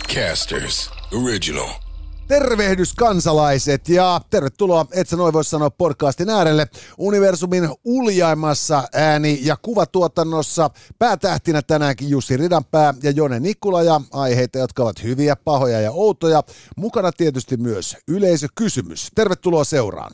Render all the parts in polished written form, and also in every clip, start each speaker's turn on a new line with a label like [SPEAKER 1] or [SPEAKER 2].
[SPEAKER 1] Podcasters Original.
[SPEAKER 2] Tervehdys kansalaiset ja tervetuloa, et sä noin voi sanoa podcastin äärelle. Universumin uljaimmassa ääni- ja kuvatuotannossa päätähtinä tänäänkin Jussi Ridanpää ja Jone Nikkula ja aiheita, jotka ovat hyviä, pahoja ja outoja. Mukana tietysti myös yleisökysymys. Tervetuloa seuraan.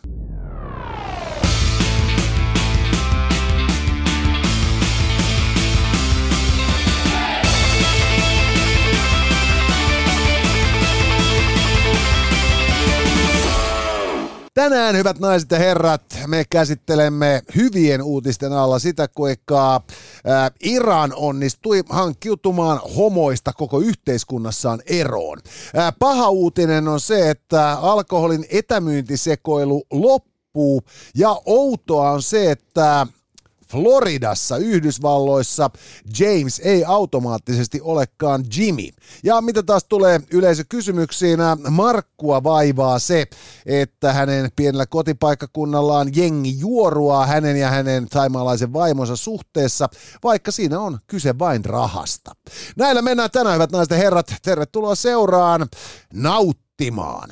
[SPEAKER 2] Tänään, hyvät naiset ja herrat, me käsittelemme hyvien uutisten alla sitä, kuinka Iran onnistui hankkiutumaan homoista koko yhteiskunnassaan eroon. Paha uutinen on se, että alkoholin etämyyntisekoilu loppuu, ja outoa on se, että Floridassa, Yhdysvalloissa, James ei automaattisesti olekaan Jimmy. Ja mitä taas tulee yleisökysymyksiin, Markkua vaivaa se, että hänen pienellä kotipaikkakunnallaan jengi juoruaa hänen ja hänen thaimaalaisen vaimonsa suhteessa, vaikka siinä on kyse vain rahasta. Näillä mennään tänään, hyvät naiset ja herrat. Tervetuloa seuraan nauttimaan.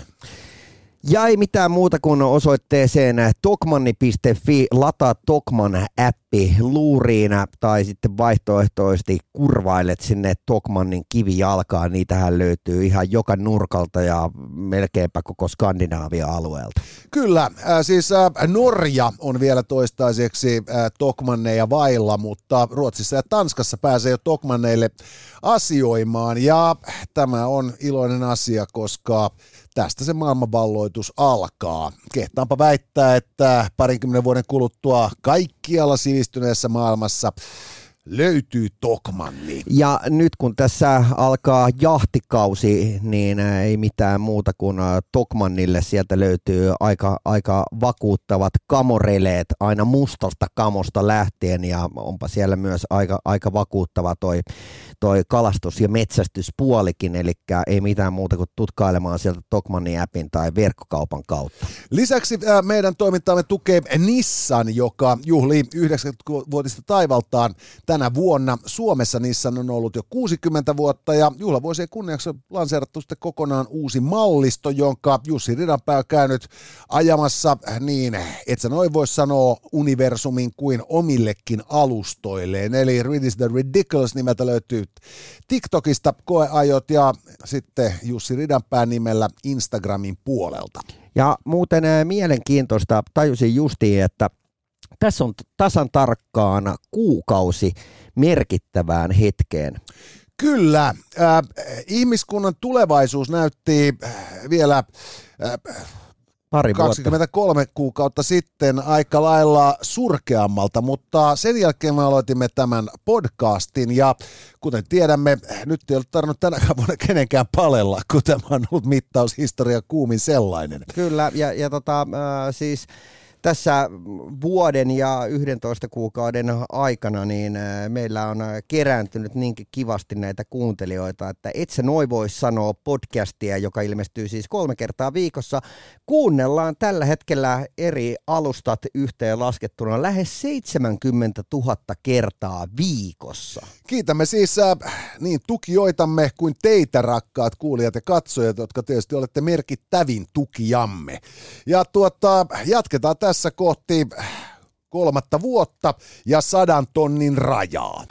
[SPEAKER 3] Ja ei mitään muuta kuin osoitteeseen tokmanni.fi, lataa Tokman-appi luuriin tai sitten vaihtoehtoisesti kurvailet sinne Tokmannin kivijalkaan. Niitähän löytyy ihan joka nurkalta ja melkeinpä koko Skandinavia-alueelta.
[SPEAKER 2] Kyllä, siis Norja on vielä toistaiseksi Tokmanneja vailla, mutta Ruotsissa ja Tanskassa pääsee jo Tokmanneille asioimaan ja tämä on iloinen asia, koska tästä se maailmanvalloitus alkaa. Kehtaanpa väittää, että 20 vuoden kuluttua kaikkialla sivistyneessä maailmassa löytyy Tokmanni.
[SPEAKER 3] Ja nyt kun tässä alkaa jahtikausi, niin ei mitään muuta kuin Tokmannille sieltä löytyy aika vakuuttavat kamoreleet aina mustasta kamosta lähtien, ja onpa siellä myös aika vakuuttava toi kalastus- ja metsästyspuolikin, eli ei mitään muuta kuin tutkailemaan sieltä Tokmannin appin tai verkkokaupan kautta.
[SPEAKER 2] Lisäksi meidän toimintaamme tukee Nissan, joka juhlii 90-vuotista taivaltaan tänä vuonna. Suomessa Nissan on ollut jo 60 vuotta ja juhlavuosien kunniaksi on lanseerattu sitten kokonaan uusi mallisto, jonka Jussi Ridanpää on käynyt ajamassa niin, et sä noin voi sanoa universumin kuin omillekin alustoilleen. Eli Rid is the Ridiculous nimeltä löytyy TikTokista koeajot ja sitten Jussi Ridanpää nimellä Instagramin puolelta.
[SPEAKER 3] Ja muuten mielenkiintoista, tajusin justiin, että tässä on tasan tarkkaan kuukausi merkittävään hetkeen.
[SPEAKER 2] Kyllä, ihmiskunnan tulevaisuus näytti vielä 23 kuukautta sitten aika lailla surkeammalta, mutta sen jälkeen me aloitimme tämän podcastin ja kuten tiedämme, nyt ei ole tarvinnut tänäkään vuonna kenenkään palella, kun tämä on ollut mittaushistorian kuumin sellainen.
[SPEAKER 3] Kyllä, ja siis tässä vuoden ja 11 kuukauden aikana niin meillä on kerääntynyt niinkin kivasti näitä kuuntelijoita, että et sä noin voi sanoa podcastia, joka ilmestyy siis 3 kertaa viikossa. Kuunnellaan tällä hetkellä eri alustat yhteen laskettuna lähes 70 000 kertaa viikossa.
[SPEAKER 2] Kiitämme siis niin tukijoitamme kuin teitä, rakkaat kuulijat ja katsojat, jotka tietysti olette merkittävin tukijamme. Ja jatketaan tässä kohti 3 vuotta ja 100 tonnin rajaa.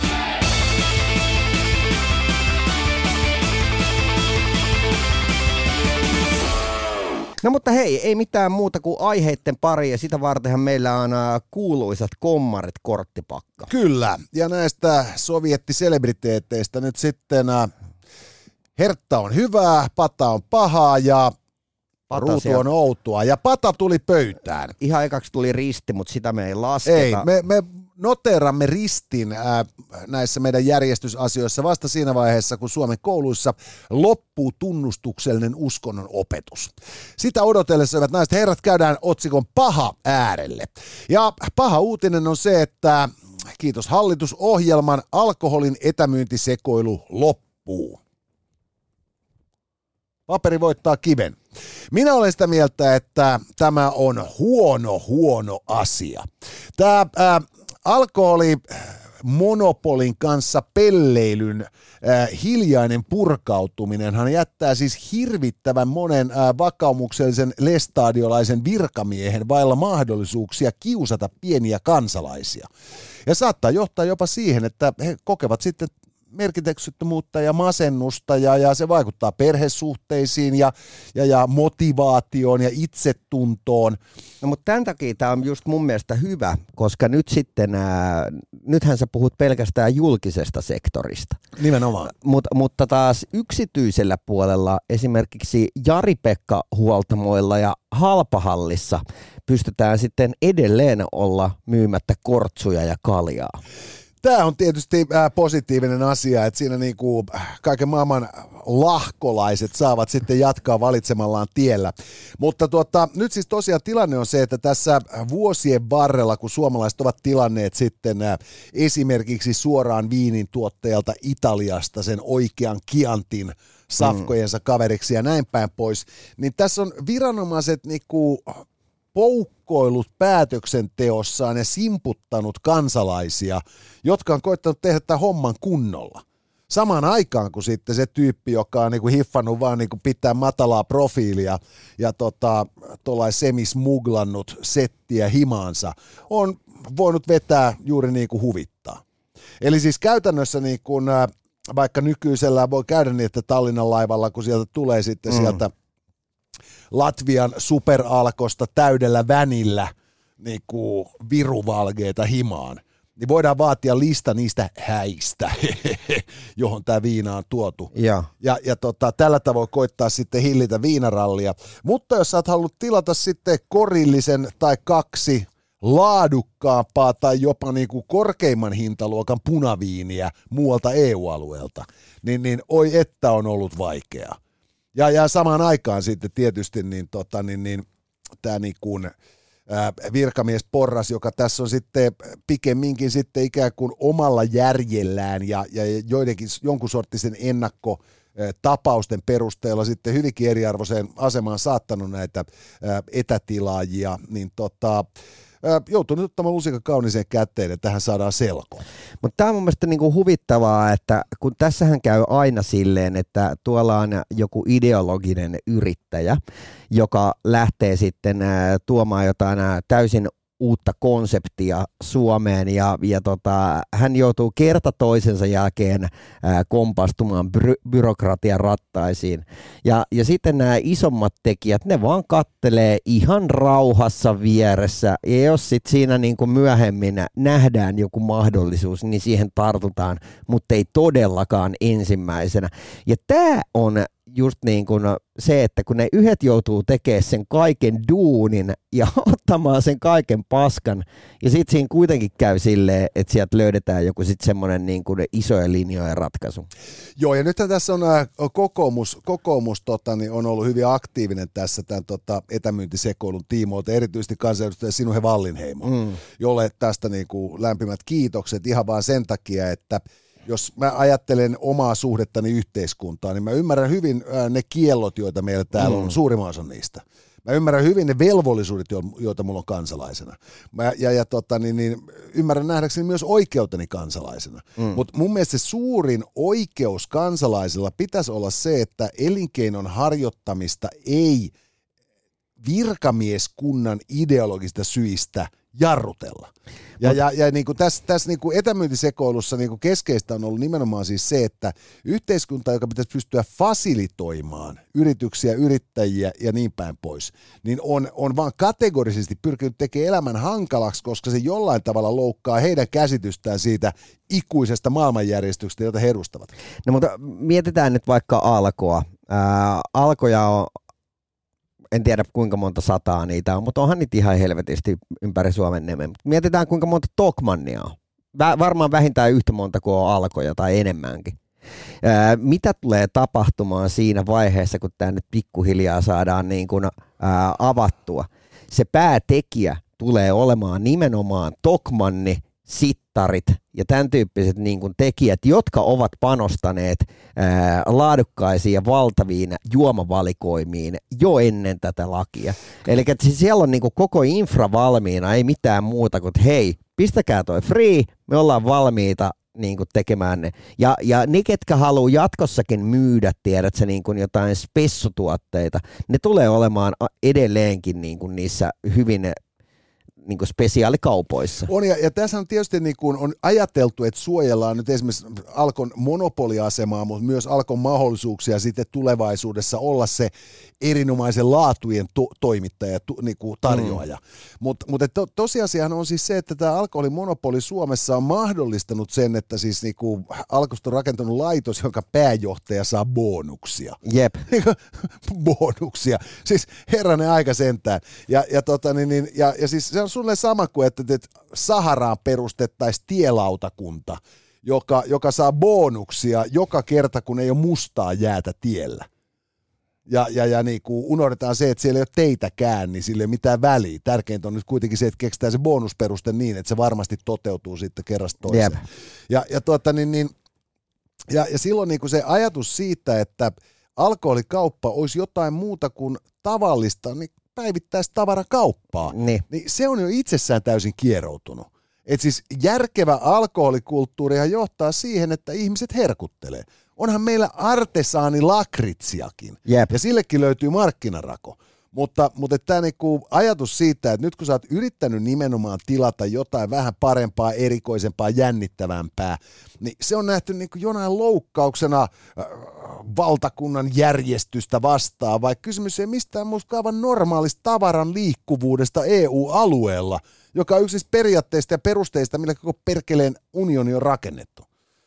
[SPEAKER 3] No mutta hei, ei mitään muuta kuin aiheitten pari ja sitä vartenhan meillä on kuuluisat kommarit korttipakka.
[SPEAKER 2] Kyllä, ja näistä sovjettiselebriteeteistä nyt sitten hertta on hyvää, pata on pahaa ja ruutu on outoa ja pata tuli pöytään.
[SPEAKER 3] Ihan ekaksi tuli risti, mutta sitä me ei lasketa.
[SPEAKER 2] Ei, me noteeramme ristin näissä meidän järjestysasioissa vasta siinä vaiheessa, kun Suomen kouluissa loppuu tunnustuksellinen uskonnon opetus. Sitä odotellessa, hyvät naiset herrat, käydään otsikon paha äärelle. Ja paha uutinen on se, että kiitos hallitusohjelman, alkoholin etämyyntisekoilu loppuu. Paperi voittaa kiven. Minä olen sitä mieltä, että tämä on huono asia. Tämä alkoholi monopolin kanssa pelleilyn hiljainen purkautuminenhan jättää siis hirvittävän monen vakaumuksellisen lestadiolaisen virkamiehen vailla mahdollisuuksia kiusata pieniä kansalaisia. Ja saattaa johtaa jopa siihen, että he kokevat sitten merkityksettömyyttä ja masennusta ja se vaikuttaa perhesuhteisiin ja motivaatioon ja itsetuntoon.
[SPEAKER 3] No, mutta tämän takia tämä on just mun mielestä hyvä, koska nyt sitten, nythän sä puhut pelkästään julkisesta sektorista.
[SPEAKER 2] Nimenomaan.
[SPEAKER 3] Mutta taas yksityisellä puolella esimerkiksi Jari-Pekka huoltamoilla ja Halpahallissa pystytään sitten edelleen olla myymättä kortsuja ja kaljaa.
[SPEAKER 2] Tämä on tietysti positiivinen asia, että siinä niinku kaiken maailman lahkolaiset saavat sitten jatkaa valitsemallaan tiellä. Mutta nyt siis tosiaan tilanne on se, että tässä vuosien varrella, kun suomalaiset ovat tilanneet sitten esimerkiksi suoraan viinin tuottajalta Italiasta sen oikean Chiantin safkojensa kaveriksi ja näin päin pois, niin tässä on viranomaiset niinku poukkoillut päätöksenteossaan ja simputtanut kansalaisia, jotka on koittanut tehdä tämän homman kunnolla. Samaan aikaan kuin sitten se tyyppi, joka on niinku hiffannut vaan niinku pitää matalaa profiilia ja tuollainen semismuglannut settiä himaansa, on voinut vetää juuri niin kuin huvittaa. Eli siis käytännössä niin kuin, vaikka nykyisellään voi käydä niin, että Tallinnan laivalla, kun sieltä tulee sitten sieltä Latvian superalkosta täydellä vänillä niin kuin viruvalgeita himaan, niin voidaan vaatia lista niistä häistä, johon tämä viina on tuotu. Ja tällä tavoin koittaa sitten hillitä viinarallia. Mutta jos sä oot halunnut tilata sitten korillisen tai 2 laadukkaampaa tai jopa niin kuin korkeimman hintaluokan punaviiniä muualta EU-alueelta, niin oi että on ollut vaikeaa. Ja samaan aikaan sitten tietysti tämä niin kuin virkamies Porras, joka tässä on sitten pikemminkin sitten ikään kuin omalla järjellään ja jonkun sorttisen ennakkotapausten perusteella sitten hyvinkin eriarvoiseen asemaan saattanut näitä etätilaajia, niin joutuu nyt ottamaan lusikan kauniseen käteen, että tähän saadaan selkoa.
[SPEAKER 3] Mutta tämä on mun mielestä niinku huvittavaa, että kun tässähän käy aina silleen, että tuolla on joku ideologinen yrittäjä, joka lähtee sitten tuomaan jotain täysin uutta konseptia Suomeen ja hän joutuu kerta toisensa jälkeen kompastumaan byrokratian rattaisiin. Ja sitten nämä isommat tekijät, ne vaan kattelee ihan rauhassa vieressä ja jos sitten siinä niin kuin myöhemmin nähdään joku mahdollisuus, niin siihen tartutaan, mutta ei todellakaan ensimmäisenä. Ja tämä on just niin kuin se, että kun ne yhdet joutuu tekemään sen kaiken duunin ja ottamaan sen kaiken paskan, ja sitten siinä kuitenkin käy silleen, että sieltä löydetään joku sitten semmoinen niin kuin isojen linjojen ratkaisu.
[SPEAKER 2] Joo, ja nythän tässä on kokoomus on ollut hyvin aktiivinen tässä tämän etämyyntisekoilun tiimoilta, erityisesti kansanedustaja Sinuhe Wallinheimo, jolle tästä niin kuin lämpimät kiitokset ihan vaan sen takia, että jos mä ajattelen omaa suhdettani yhteiskuntaan, niin mä ymmärrän hyvin ne kiellot, joita meillä täällä on, suurimman osan niistä. Mä ymmärrän hyvin ne velvollisuudet, joita mulla on kansalaisena. Ymmärrän nähdäkseni myös oikeuteni kansalaisena. Mutta mun mielestä se suurin oikeus kansalaisilla pitäisi olla se, että elinkeinon harjoittamista ei virkamieskunnan ideologisista syistä jarrutella. Ja niin kuin tässä niin kuin etämyyntisekoilussa niin kuin keskeistä on ollut nimenomaan siis se, että yhteiskunta, joka pitäisi pystyä fasilitoimaan yrityksiä, yrittäjiä ja niin päin pois, niin on vaan kategorisesti pyrkinyt tekemään elämän hankalaksi, koska se jollain tavalla loukkaa heidän käsitystään siitä ikuisesta maailmanjärjestyksestä, jota he edustavat.
[SPEAKER 3] No mutta mietitään nyt vaikka Alkoa. Alkoja on, en tiedä kuinka monta sataa niitä on, mutta onhan niitä ihan helvetisti ympäri Suomen nemen. Mietitään kuinka monta Tokmannia on. Varmaan vähintään yhtä monta kuin on Alkoja tai enemmänkin. Mitä tulee tapahtumaan siinä vaiheessa, kun tämä nyt pikkuhiljaa saadaan niin kuin, avattua? Se päätekijä tulee olemaan nimenomaan Tokmanni, sittarit ja tämän tyyppiset niin kuin tekijät, jotka ovat panostaneet laadukkaisiin ja valtaviin juomavalikoimiin jo ennen tätä lakia. Eli siellä on niin kuin koko infra valmiina, ei mitään muuta kuin, että hei, pistäkää toi free, me ollaan valmiita niin kuin tekemään ne. Ja ne, ketkä haluaa jatkossakin myydä, tiedätkö, niin kuin jotain spessutuotteita, ne tulee olemaan edelleenkin niin kuin niissä hyvin niin kuin spesiaalikaupoissa.
[SPEAKER 2] On, ja tässä on tietysti niin kuin on ajateltu, että suojellaan nyt esimerkiksi Alkon monopoliasemaa, mutta myös Alkon mahdollisuuksia sitten tulevaisuudessa olla se erinomaisen laatujen toimittaja, niin kuin tarjoaja. Mutta tosiasiahan on siis se, että tämä alkoholimonopoli Suomessa on mahdollistanut sen, että siis niin kuin Alkosta on rakentanut laitos, jonka pääjohtaja saa bonuksia.
[SPEAKER 3] Jep.
[SPEAKER 2] Bonuksia. Siis herranen aika sentään. Ja siis se on sulle sama kuin, että Saharaan perustettaisiin tielautakunta, joka saa bonuksia joka kerta, kun ei ole mustaa jäätä tiellä. Ja niin kuin unohdetaan se, että siellä ei ole teitäkään, niin sillä ei ole mitään väliä. Tärkeintä on nyt kuitenkin se, että keksitään se bonusperuste niin, että se varmasti toteutuu sitten kerrasta toiseen. Ja silloin niin kuin se ajatus siitä, että alkoholikauppa olisi jotain muuta kuin tavallista, niin päivittäistä tavarakauppaa, niin se on jo itsessään täysin kieroutunut. Et siis järkevä alkoholikulttuurihan johtaa siihen, että ihmiset herkuttelee. Onhan meillä artesaanilakritsiakin, ja sillekin löytyy markkinarako. Mutta tämä niinku ajatus siitä, että nyt kun sä oot yrittänyt nimenomaan tilata jotain vähän parempaa, erikoisempaa, jännittävämpää, niin se on nähty niinku jonain loukkauksena valtakunnan järjestystä vastaan, vaikka kysymys ei mistään muusta aivan normaalista tavaran liikkuvuudesta EU-alueella, joka on yksi periaatteista ja perusteista, millä koko perkeleen unioni on rakennettu.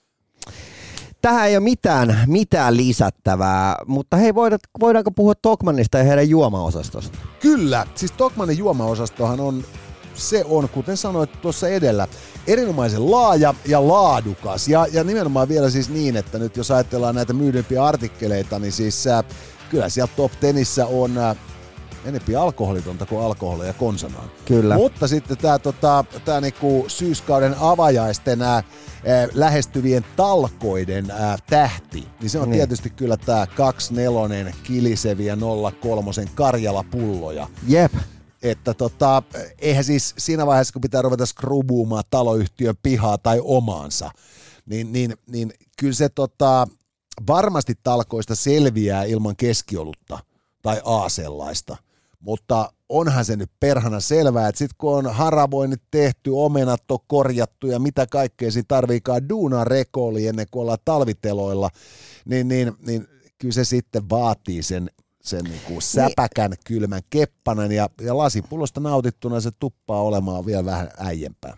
[SPEAKER 3] Tähän ei ole mitään lisättävää, mutta hei, voidaanko puhua Tokmannista ja heidän juomaosastosta?
[SPEAKER 2] Kyllä, siis Tokmannin juomaosastohan on, kuten sanoit tuossa edellä, erinomaisen laaja ja laadukas. Ja nimenomaan vielä siis niin, että nyt jos ajatellaan näitä myydympiä artikkeleita, niin siis kyllä siellä top 10:issä on enempi alkoholitonta kuin alkoholia konsanaan.
[SPEAKER 3] Kyllä.
[SPEAKER 2] Mutta sitten tämä niinku syyskauden avajaisten lähestyvien talkoiden tähti, niin se on tietysti kyllä tämä 24 Kiliseviä 03 Karjala-pulloja.
[SPEAKER 3] Jep.
[SPEAKER 2] Että eihän siis siinä vaiheessa, kun pitää ruveta skrubuumaan taloyhtiön pihaa tai omaansa, niin kyllä se varmasti talkoista selviää ilman keskiolutta tai sellaista. Mutta onhan se nyt perhana selvää, että sitten kun on haravoinnit tehty, omenat on korjattu ja mitä kaikkea siinä tarviikaan duunaa rekooli ennen kuin ollaan talviteloilla, niin kyllä se sitten vaatii sen niinku säpäkän kylmän keppanan ja lasipullosta nautittuna se tuppaa olemaan vielä vähän äijempää.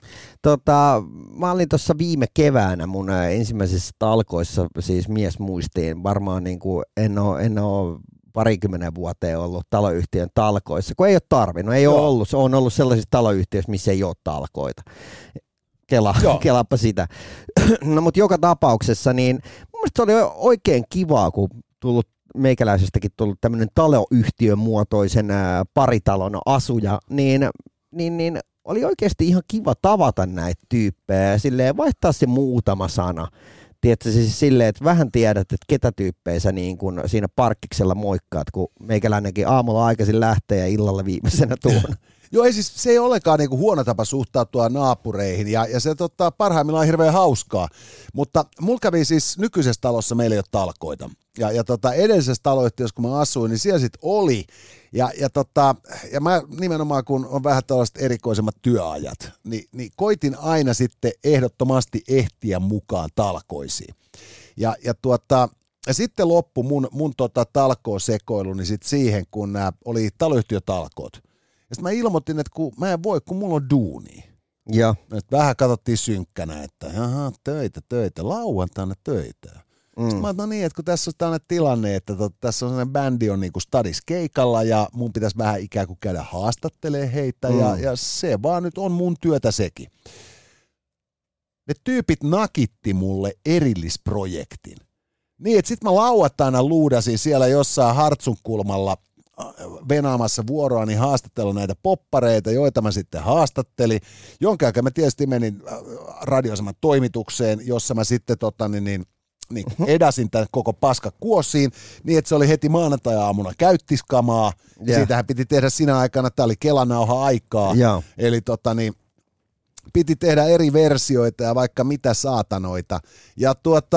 [SPEAKER 3] Mä olin tuossa viime keväänä mun ensimmäisissä talkoissa, siis miesmuistiin, varmaan niinku en oo 20 vuoteen ollut taloyhtiön talkoissa, kun ei ole tarvinnut, ei ole ollut. Se on ollut sellaisissa taloyhtiöissä, missä ei ole talkoita. Kelaappa sitä. No mutta joka tapauksessa, niin mun mielestä se oli oikein kivaa, kun meikäläisestäkin tullut tämmöinen taloyhtiön muotoisen paritalon asuja, niin oli oikeasti ihan kiva tavata näitä tyyppejä ja silleen vaihtaa se muutama sana. Tiedätkö siis silleen, että vähän tiedät, että ketä tyyppejä sä niin kun siinä parkkiksella moikkaat, kun meikäläinenkin aamulla aikaisin lähtee ja illalla viimeisenä tuon.
[SPEAKER 2] Joo, ei siis, se ei olekaan niinku huono tapa suhtautua naapureihin ja se parhaimmillaan on hirveän hauskaa, mutta mulla kävi siis nykyisessä talossa meillä ei ole talkoita ja edellisessä taloyhtiössä kun mä asuin, niin siellä sitten oli ja mä nimenomaan kun on vähän tällaiset erikoisemmat työajat, niin koitin aina sitten ehdottomasti ehtiä mukaan talkoisiin ja sitten loppui mun talkoosekoiluni sitten siihen, kun oli taloyhtiötalkoot. Ja sitten mä ilmoitin, että mä en voi, kun mulla on duunia.
[SPEAKER 3] Ja.
[SPEAKER 2] Vähän katsottiin synkkänä, että töitä, lauantaina töitä. Sitten mä no niin, että kun tässä on tällainen tilanne, että tässä on sellainen bändi on niinku stadis keikalla ja mun pitäisi vähän ikään kuin käydä haastattelemaan heitä ja se vaan nyt on mun työtä sekin. Ne tyypit nakitti mulle erillisprojektin. Niin, että sit mä lauantaina luudasin siellä jossain Hartsun kulmalla venaamassa vuoroa, niin haastatella näitä poppareita, joita mä sitten haastattelin. Jonka aikaa mä tietysti menin radioaseman toimitukseen, jossa mä sitten edasin tämän koko paskakuosiin, niin että se oli heti maanantai-aamuna käyttiskamaa, ja siitähän piti tehdä sinä aikana, tämä oli Kelanauha-aikaa, eli piti tehdä eri versioita ja vaikka mitä saatanoita. Ja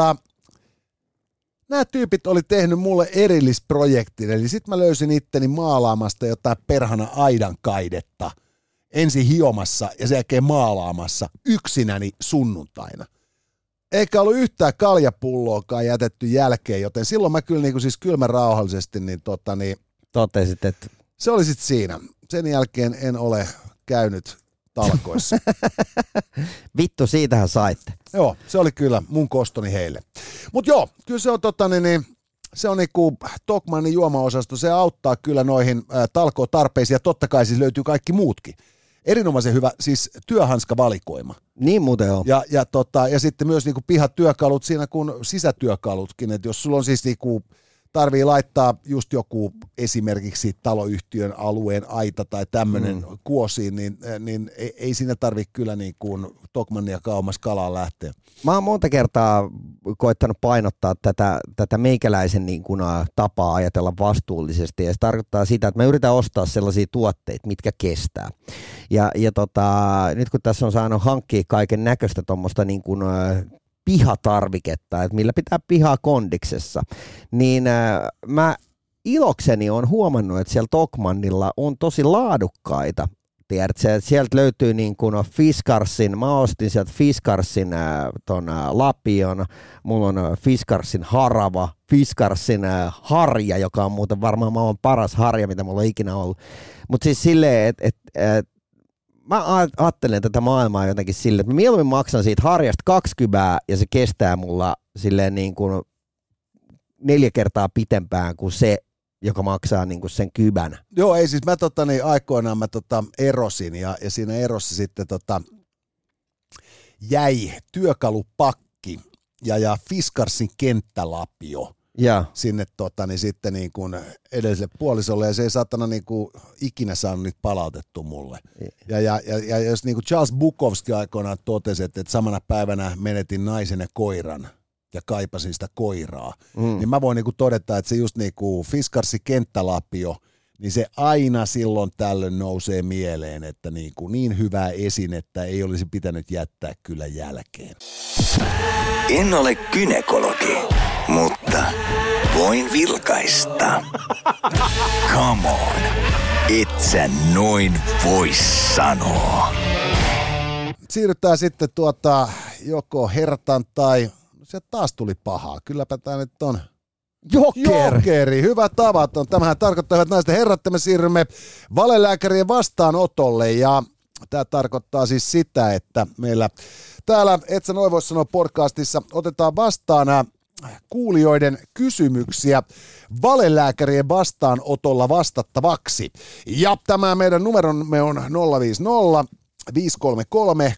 [SPEAKER 2] nämä tyypit oli tehnyt mulle erillisprojektin, eli sit mä löysin itteni maalaamasta jotain perhana aidankaidetta, ensin hiomassa ja sen jälkeen maalaamassa yksinäni sunnuntaina. Eikä ollut yhtään kaljapulloakaan jätetty jälkeen, joten silloin mä kyllä niin siis kylmän rauhallisesti niin
[SPEAKER 3] totesit, että
[SPEAKER 2] se oli sitten siinä. Sen jälkeen en ole käynyt talkoissa.
[SPEAKER 3] Vittu, siitähän saitte.
[SPEAKER 2] Joo, se oli kyllä mun kostoni heille. Mutta joo, kyllä se on se on niinku Tokmannin juomaosasto, se auttaa kyllä noihin talkootarpeisiin ja totta kai siis löytyy kaikki muutkin. Erinomaisen hyvä siis työhanskavalikoima.
[SPEAKER 3] Niin muuten on.
[SPEAKER 2] Ja sitten myös niinku pihatyökalut siinä kuin sisätyökalutkin, että jos sulla on siis niinku tarvii laittaa just joku esimerkiksi taloyhtiön alueen aita tai tämmöinen kuosiin, niin ei siinä tarvitse kyllä niin kuin Tokmannia kauemmas kalaan lähteä.
[SPEAKER 3] Mä oon monta kertaa koittanut painottaa tätä meikäläisen niin kuin tapaa ajatella vastuullisesti, ja se tarkoittaa sitä, että mä yritän ostaa sellaisia tuotteita, mitkä kestää. Ja nyt kun tässä on saanut hankkia kaiken näköistä tuommoista niin kuin pihatarviketta, että millä pitää pihaa kondiksessa, niin mä ilokseni on huomannut, että siellä Tokmannilla on tosi laadukkaita. Tiedätkö, että sieltä löytyy niin kuin Fiskarsin, mä ostin sieltä Fiskarsin ton Lapion, mulla on Fiskarsin Harava, Fiskarsin Harja, joka on muuten varmaan maailman paras harja, mitä mulla on ikinä ollut. Mutta siis silleen, että mä ajattelen tätä maailmaa jotenkin silleen, että mä mieluummin maksan siitä harjasta 20 ja se kestää mulla silleen niin kuin 4 kertaa pitempään kuin se, joka maksaa niin kuin sen kybän.
[SPEAKER 2] Joo, ei siis mä aikoinaan mä erosin ja siinä erossa sitten jäi työkalupakki ja Fiskarsin kenttälapio.
[SPEAKER 3] Ja
[SPEAKER 2] sinne sitten niin kuin edelliselle puolisolle, ja se ei saatana niin kuin ikinä saanut niitä palautettu mulle. Ja jos niin kuin Charles Bukowski aikoinaan totesi, että samana päivänä menetin naisen ja koiran ja kaipasin sitä koiraa, niin mä voin niin kuin todeta, että se just niin kuin Fiskarsin kenttälapio, niin se aina silloin tällöin nousee mieleen, että niin hyvää esinettä ei olisi pitänyt jättää kyllä jälkeen.
[SPEAKER 1] En ole gynekologi, mutta voin vilkaista. Come on, et sä noin voi sanoa.
[SPEAKER 2] Siirrytään sitten joko Hertan tai se taas tuli pahaa. Kylläpä tämä nyt on Jokeri, hyvä tavaton. Tämähän tarkoittaa, että naiset ja herrat, että me siirrymme valelääkärien vastaanotolle, ja tämä tarkoittaa siis sitä, että meillä täällä Et sä noin voi sanoa -podcastissa otetaan vastaan kuulijoiden kysymyksiä valelääkärien vastaanotolla vastattavaksi. Ja tämä meidän numeromme on 050 533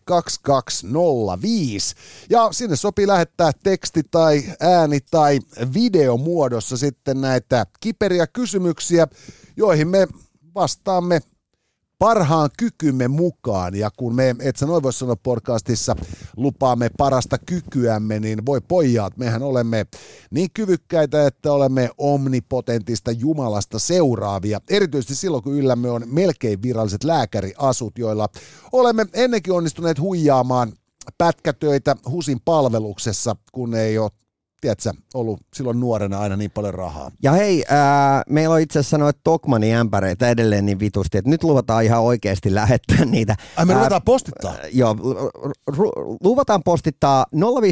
[SPEAKER 2] 2205, ja sinne sopii lähettää teksti tai ääni tai videomuodossa sitten näitä kiperiä kysymyksiä, joihin me vastaamme parhaan kykymme mukaan, ja kun me Et sä noin voi sanoa -podcastissa lupaamme parasta kykyämme, niin voi pojat, mehän olemme niin kyvykkäitä, että olemme omnipotentista Jumalasta seuraavia, erityisesti silloin kun yllämme on melkein viralliset lääkäriasut, joilla olemme ennenkin onnistuneet huijaamaan pätkätöitä HUSin palveluksessa, kun ei ole, tiedätkö, ollut silloin nuorena aina niin paljon rahaa.
[SPEAKER 3] Ja hei, meillä on itse asiassa noita Tokmannin ämpäreitä edelleen niin vitusti, että nyt luvataan ihan oikeasti lähettää niitä.
[SPEAKER 2] Me luvataan postittaa?
[SPEAKER 3] Joo, luvataan postittaa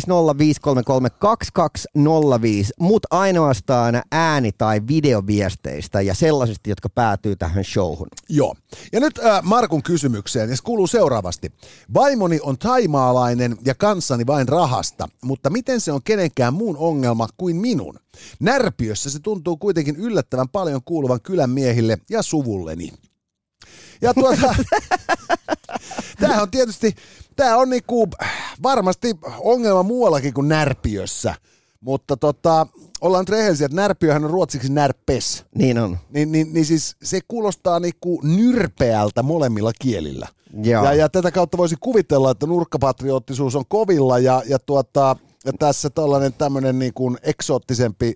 [SPEAKER 3] 050533205, mutta ainoastaan ääni- tai videoviesteistä ja sellaisista, jotka päätyy tähän showhun.
[SPEAKER 2] Joo. Ja nyt Markun kysymykseen, ja se kuuluu seuraavasti. Vaimoni on thaimaalainen ja kanssani vain rahasta, mutta miten se on kenenkään muun ongelma kuin minun? Närpiössä se tuntuu kuitenkin yllättävän paljon kuuluvan kylän miehille ja suvulleni. Ja tämähän on tietysti, tämä on niinku varmasti ongelma muuallakin kuin Närpiössä, mutta ollaan nyt rehellisiä, että Närpiöhän on ruotsiksi närpes.
[SPEAKER 3] Niin on.
[SPEAKER 2] Niin siis se kuulostaa niinku nyrpeältä molemmilla kielillä. Ja tätä kautta voisi kuvitella, että nurkkapatriottisuus on kovilla ja tässä tällainen tämmöinen niin kuin eksoottisempi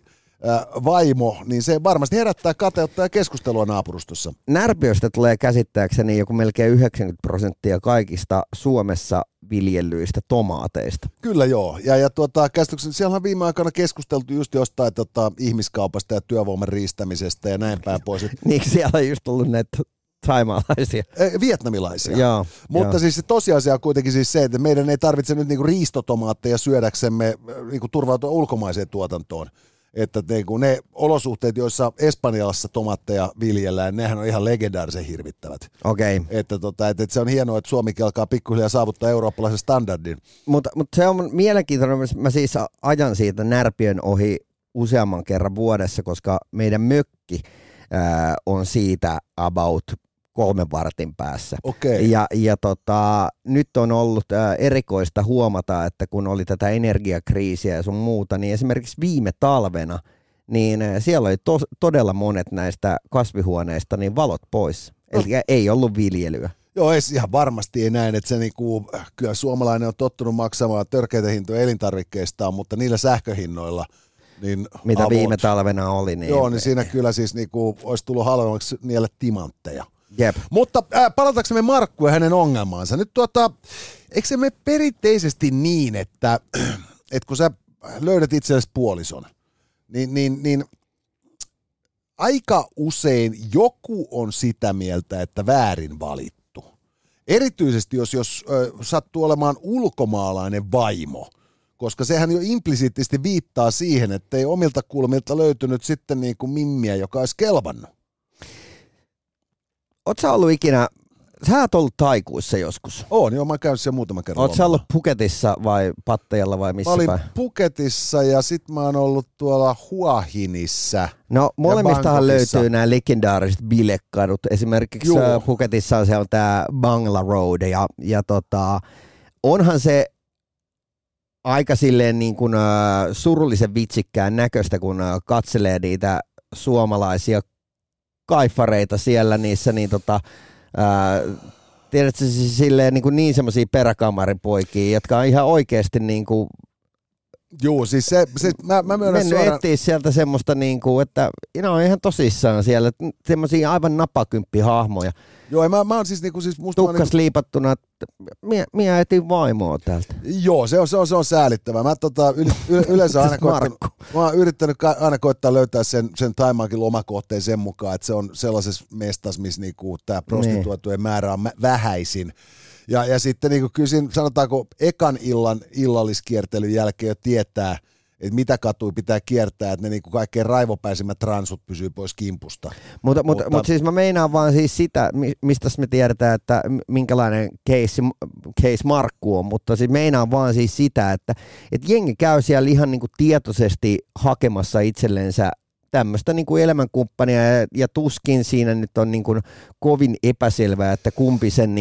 [SPEAKER 2] vaimo, niin se varmasti herättää kateutta ja keskustelua naapurustossa.
[SPEAKER 3] Närpiöstä tulee käsittääkseni joku melkein 90% kaikista Suomessa viljellyistä tomaateista.
[SPEAKER 2] Kyllä joo, ja käsitykseni, siellä on viime aikoina keskusteltu just jostain ihmiskaupasta ja työvoiman riistämisestä ja näin päin pois.
[SPEAKER 3] Niin siellä on just ollut näitä thaimaalaisia.
[SPEAKER 2] Vietnamilaisia.
[SPEAKER 3] Joo,
[SPEAKER 2] mutta siis se tosiasia on kuitenkin siis se, että meidän ei tarvitse nyt niinku riistotomaatteja syödäksemme niinku turvautua ulkomaiseen tuotantoon. Että ne olosuhteet, joissa Espanjassa tomaatteja viljellään, nehän on ihan legendaarisen hirvittävät.
[SPEAKER 3] Okei.
[SPEAKER 2] Että se on hienoa, että Suomikin alkaa pikkuhiljaa saavuttaa eurooppalaisen standardin.
[SPEAKER 3] Mutta se on mielenkiintoinen. Mä siis ajan siitä Närpiön ohi useamman kerran vuodessa, koska meidän mökki on siitä about 3 vartin päässä.
[SPEAKER 2] Okei.
[SPEAKER 3] Ja nyt on ollut erikoista huomata, että kun oli tätä energiakriisiä ja sun muuta, niin esimerkiksi viime talvena, niin siellä oli todella monet näistä kasvihuoneista niin valot pois. Eli ei ollut viljelyä.
[SPEAKER 2] Joo, ihan varmasti ei näin, että se kyllä suomalainen on tottunut maksamaan törkeitä hintoja elintarvikkeistaan, mutta niillä sähköhinnoilla niin
[SPEAKER 3] mitä viime talvena oli. Niin
[SPEAKER 2] joo, niin siinä kyllä siis olisi tullut halvemmaksi niille timantteja.
[SPEAKER 3] Jep.
[SPEAKER 2] Mutta palataanko me Markku ja hänen ongelmaansa? Nyt eikö se mene perinteisesti niin, että kun sä löydät itsellesi puolison, niin aika usein joku on sitä mieltä, että väärin valittu. Erityisesti jos sattuu olemaan ulkomaalainen vaimo, koska sehän jo implisiittisesti viittaa siihen, että ei omilta kulmilta löytynyt sitten niin kuin mimmiä, joka olisi kelvannut.
[SPEAKER 3] Oot sä ollut ikinä, sä oot ollut taikuissa joskus.
[SPEAKER 2] Joo, mä oon käynyt siellä muutaman kerran.
[SPEAKER 3] Oot sä ollut Phuketissa vai Pattayalla vai missä päin?
[SPEAKER 2] Mä olin Phuketissa ja sit mä oon ollut tuolla Hua-Hinissä.
[SPEAKER 3] No molemmistahan löytyy nämä legendaariset bilekadut. Esimerkiksi Phuketissa on tää Bangla Road ja onhan se aika silleen niin kuin surullisen vitsikkään näköistä, kun katselee niitä suomalaisia kaifareita siellä niissä, niin tiedätkö siis silleen niin semmosia peräkamaripoikia, jotka on ihan oikeesti niinku
[SPEAKER 2] joo, siis mä myönnän
[SPEAKER 3] mennyt etsiä sieltä semmoista niinku, että ne on ihan tosissaan siellä, semmosia aivan napakymppihahmoja.
[SPEAKER 2] Joo, mä oon siis musta
[SPEAKER 3] tukkas liipattuna, että minä etin vaimoa täältä.
[SPEAKER 2] Joo, se on säälittävää. Mä yleensä mä oon yrittänyt aina koittaa löytää sen Thaimaankin lomakohteen sen mukaan, että se on sellaisessa mestassa, missä tää prostituoitujen määrä on vähäisin. Ja sitten kyllä siinä, sanotaanko ekan illan illalliskiertelyn jälkeen jo tietää, että mitä katuja pitää kiertää, että ne kaikkein raivopäisimmät transut pysyy pois kimpusta.
[SPEAKER 3] Mutta siis mä meinaan vaan siis sitä, mistä me tiedetään, että minkälainen case Markku on, mutta siis meinaan vaan siis sitä, että jengi käy siellä ihan tietoisesti hakemassa itsellensä tämmöistä elämänkumppania ja tuskin siinä nyt on kovin epäselvää, että kumpi sen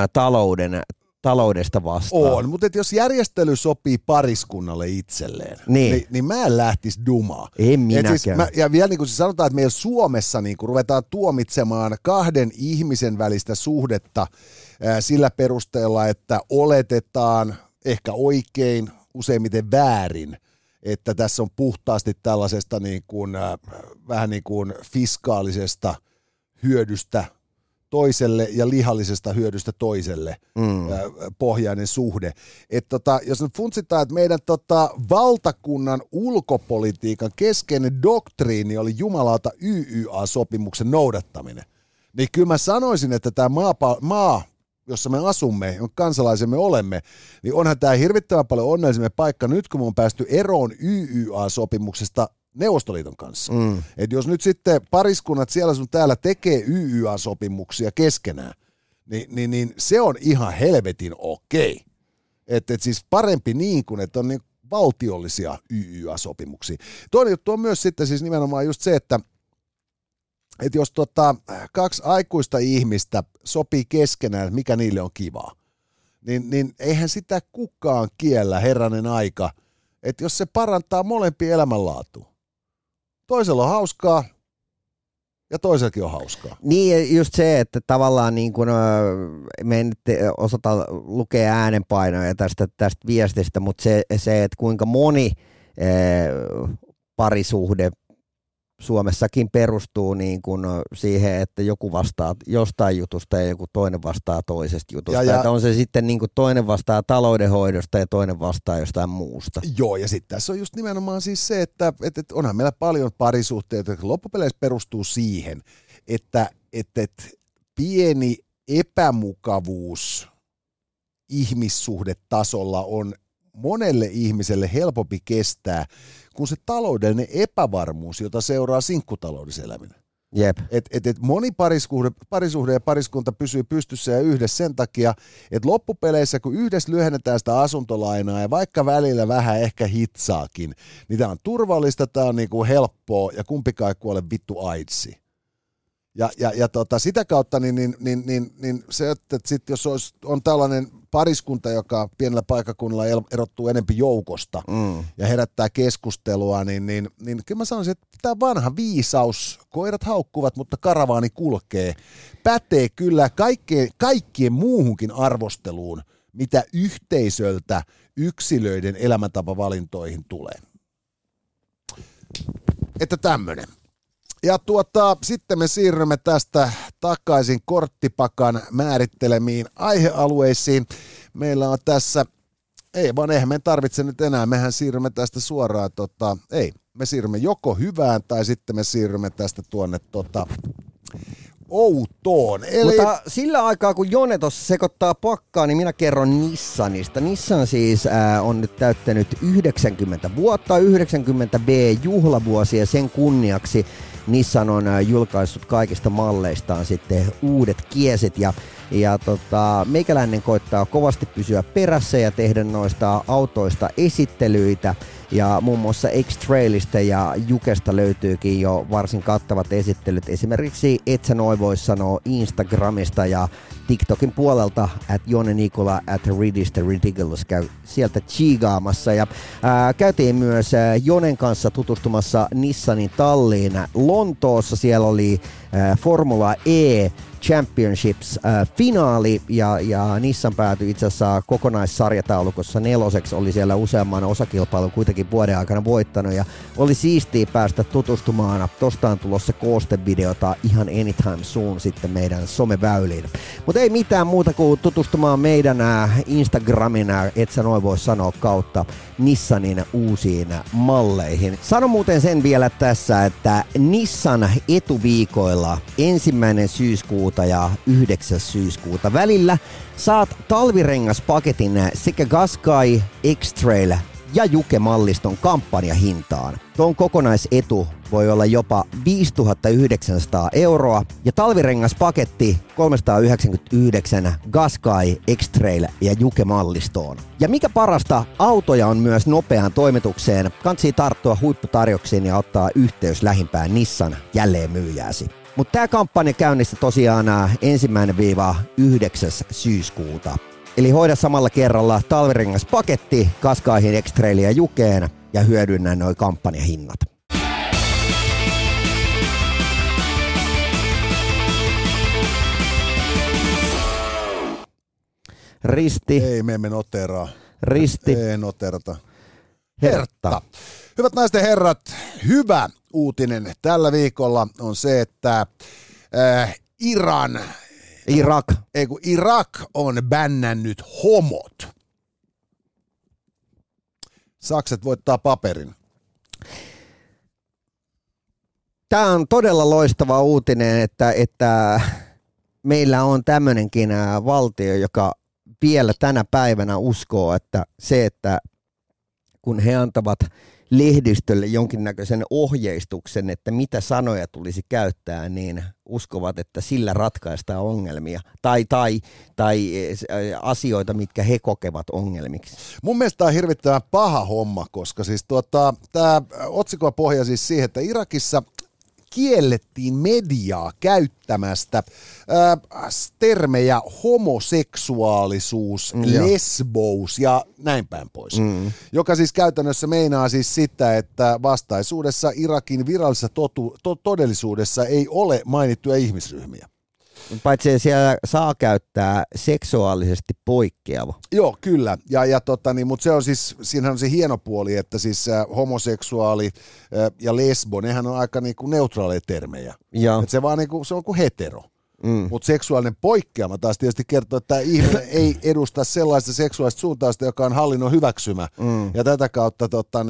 [SPEAKER 3] taloudesta vastaan.
[SPEAKER 2] On, mutta jos järjestely sopii pariskunnalle itselleen, niin mä en lähtisi dumaa.
[SPEAKER 3] En minäkään.
[SPEAKER 2] Siis ja vielä sanotaan, että meillä Suomessa ruvetaan tuomitsemaan 2 ihmisen välistä suhdetta sillä perusteella, että oletetaan ehkä oikein, useimmiten väärin, että tässä on puhtaasti tällaisesta vähän fiskaalisesta hyödystä toiselle ja lihallisesta hyödystä toiselle pohjainen suhde. Jos nyt funtsitaan, että meidän valtakunnan ulkopolitiikan keskeinen doktriini oli jumalauta YYA-sopimuksen noudattaminen, niin kyllä mä sanoisin, että tämä maa, jossa me asumme, jonka kansalaisemme olemme, niin onhan tämä hirvittävän paljon onnellisempi paikka nyt, kun me on päästy eroon YYA-sopimuksesta Neuvostoliiton kanssa. Et jos nyt sitten pariskunnat siellä sun täällä tekee YYA-sopimuksia keskenään, niin se on ihan helvetin okei. Että siis parempi niin kuin, että on niin valtiollisia YYA-sopimuksia. Toinen juttu on myös sitten siis nimenomaan just se, että jos 2 aikuista ihmistä sopii keskenään, että mikä niille on kivaa, niin eihän sitä kukaan kiellä, herranen aika, että jos se parantaa molempia elämänlaatua. Toisella on hauskaa ja toisellakin on hauskaa.
[SPEAKER 3] Niin, just se, että tavallaan me ei nyt osata lukea äänenpainoja tästä viestistä, mutta se, että kuinka moni parisuhde Suomessakin perustuu niin kuin siihen, että joku vastaa jostain jutusta ja joku toinen vastaa toisesta jutusta. Että on se sitten niin kuin toinen vastaa taloudenhoidosta ja toinen vastaa jostain muusta.
[SPEAKER 2] Joo, ja sitten tässä on just nimenomaan siis se, että onhan meillä paljon parisuhteita, jotka loppupeleissä perustuu siihen, että pieni epämukavuus ihmissuhdetasolla on monelle ihmiselle helpompi kestää kuin se taloudellinen epävarmuus, jota seuraa sinkkutaloudessa eläminen.
[SPEAKER 3] Jep.
[SPEAKER 2] Moni parisuhde ja pariskunta pysyy pystyssä ja yhdessä sen takia, että loppupeleissä kun yhdessä lyhennetään sitä asuntolainaa ja vaikka välillä vähän ehkä hitsaakin, niin tämä on turvallista, tämä on niinku helppoa ja kumpikaan ei kuole vittu AIDSi. Ja sitä kautta niin se, että sit jos on tällainen pariskunta, joka pienellä paikkakunnalla erottuu enempi joukosta ja herättää keskustelua, niin kyllä mä sanoisin, että tämä vanha viisaus, koirat haukkuvat, mutta karavaani kulkee, pätee kyllä kaikkien muuhunkin arvosteluun, mitä yhteisöltä yksilöiden elämäntapavalintoihin tulee. Että tämmöinen. Ja sitten me siirrymme tästä takaisin korttipakan määrittelemiin aihealueisiin. Meillä on tässä, eihän me tarvitse nyt enää, mehän siirrymme tästä suoraan, me siirrymme joko hyvään tai sitten me siirrymme tästä tuonne outoon.
[SPEAKER 3] Mutta sillä aikaa, kun Jone tuossa sekoittaa pakkaa, niin minä kerron Nissanista. Nissan siis on nyt täyttänyt 90 vuotta, 90B-juhlavuosi ja sen kunniaksi Nissan on julkaissut kaikista malleistaan sitten uudet kiesit ja meikäläinen koittaa kovasti pysyä perässä ja tehdä noista autoista esittelyitä ja muun muassa X-Trailista ja Jukesta löytyykin jo varsin kattavat esittelyt. Esimerkiksi Et sä noi vois sanoa Instagramista ja TikTokin puolelta @JoneNikola @Ridiculous käy sieltä chigaamassa ja käytiin myös Jonen kanssa tutustumassa Nissanin talliin Lontoossa. Siellä oli Formula E Championships finaali ja Nissan päätyi itse asiassa kokonaissarjataulukossa 4. oli siellä useamman osakilpailun kuitenkin vuoden aikana voittanut ja oli siistiä päästä tutustumaan. Tosta on tulossa koostevideota ihan anytime soon sitten meidän someväyliin. Mutta ei mitään muuta kuin tutustumaan meidän Instagramin, et sä noin voi sanoa, kautta Nissanin uusiin malleihin. Sano muuten sen vielä tässä, että Nissan etuviikoilla 1. syyskuuta ja 9. syyskuuta välillä saat talvirengaspaketin sekä Qashqai, X-Trail ja Juke-malliston kampanjahintaan. Tuon kokonaisetu voi olla jopa 5 900 € ja talvirengaspaketti 399 Qashqai, X-Trail ja Juke-mallistoon. Ja mikä parasta, autoja on myös nopeaan toimitukseen. Kansi tarttua huipputarjouksiin ja ottaa yhteys lähimpään Nissan jälleenmyyjääsi. Mutta tämä kampanja käynnissä tosiaan 1.–9. syyskuuta. Eli hoida samalla kerralla talvirengaspaketti Qashqaihin, X-Trailiin ja Jukeen ja hyödynnä noi kampanjahinnat. Risti.
[SPEAKER 2] Ei, me emme noteraa.
[SPEAKER 3] Risti.
[SPEAKER 2] Ei noterata. Hertta. Hyvät naiset ja herrat, hyvä uutinen tällä viikolla on se, että Irak on bännännyt homot. Sakset voittaa paperin.
[SPEAKER 3] Tämä on todella loistava uutinen, että meillä on tämmöinenkin valtio, joka vielä tänä päivänä uskoo, että se, että kun he antavat lehdistölle jonkinnäköisen ohjeistuksen, että mitä sanoja tulisi käyttää, niin uskovat, että sillä ratkaistaan ongelmia tai asioita, mitkä he kokevat ongelmiksi.
[SPEAKER 2] Mun mielestä tämä on hirvittävän paha homma, koska siis tämä otsikko pohjaa siis siihen, että Irakissa kiellettiin mediaa käyttämästä termejä homoseksuaalisuus, lesbous ja näin päin pois. Joka siis käytännössä meinaa siis sitä, että vastaisuudessa Irakin virallisessa todellisuudessa ei ole mainittuja ihmisryhmiä.
[SPEAKER 3] Paitsi siellä saa käyttää seksuaalisesti poikkeava.
[SPEAKER 2] Joo, kyllä. Mutta se on siis, siinähän on se hieno puoli, että siis homoseksuaali ja lesbo, nehän on aika niinku neutraaleja termejä. Et se vaan niinku, se on kuin hetero. Mutta seksuaalinen poikkeama taas tietysti kertoo, että tämä ihminen ei edusta sellaista seksuaalista suuntausta, joka on hallinnon hyväksymä. Ja tätä kautta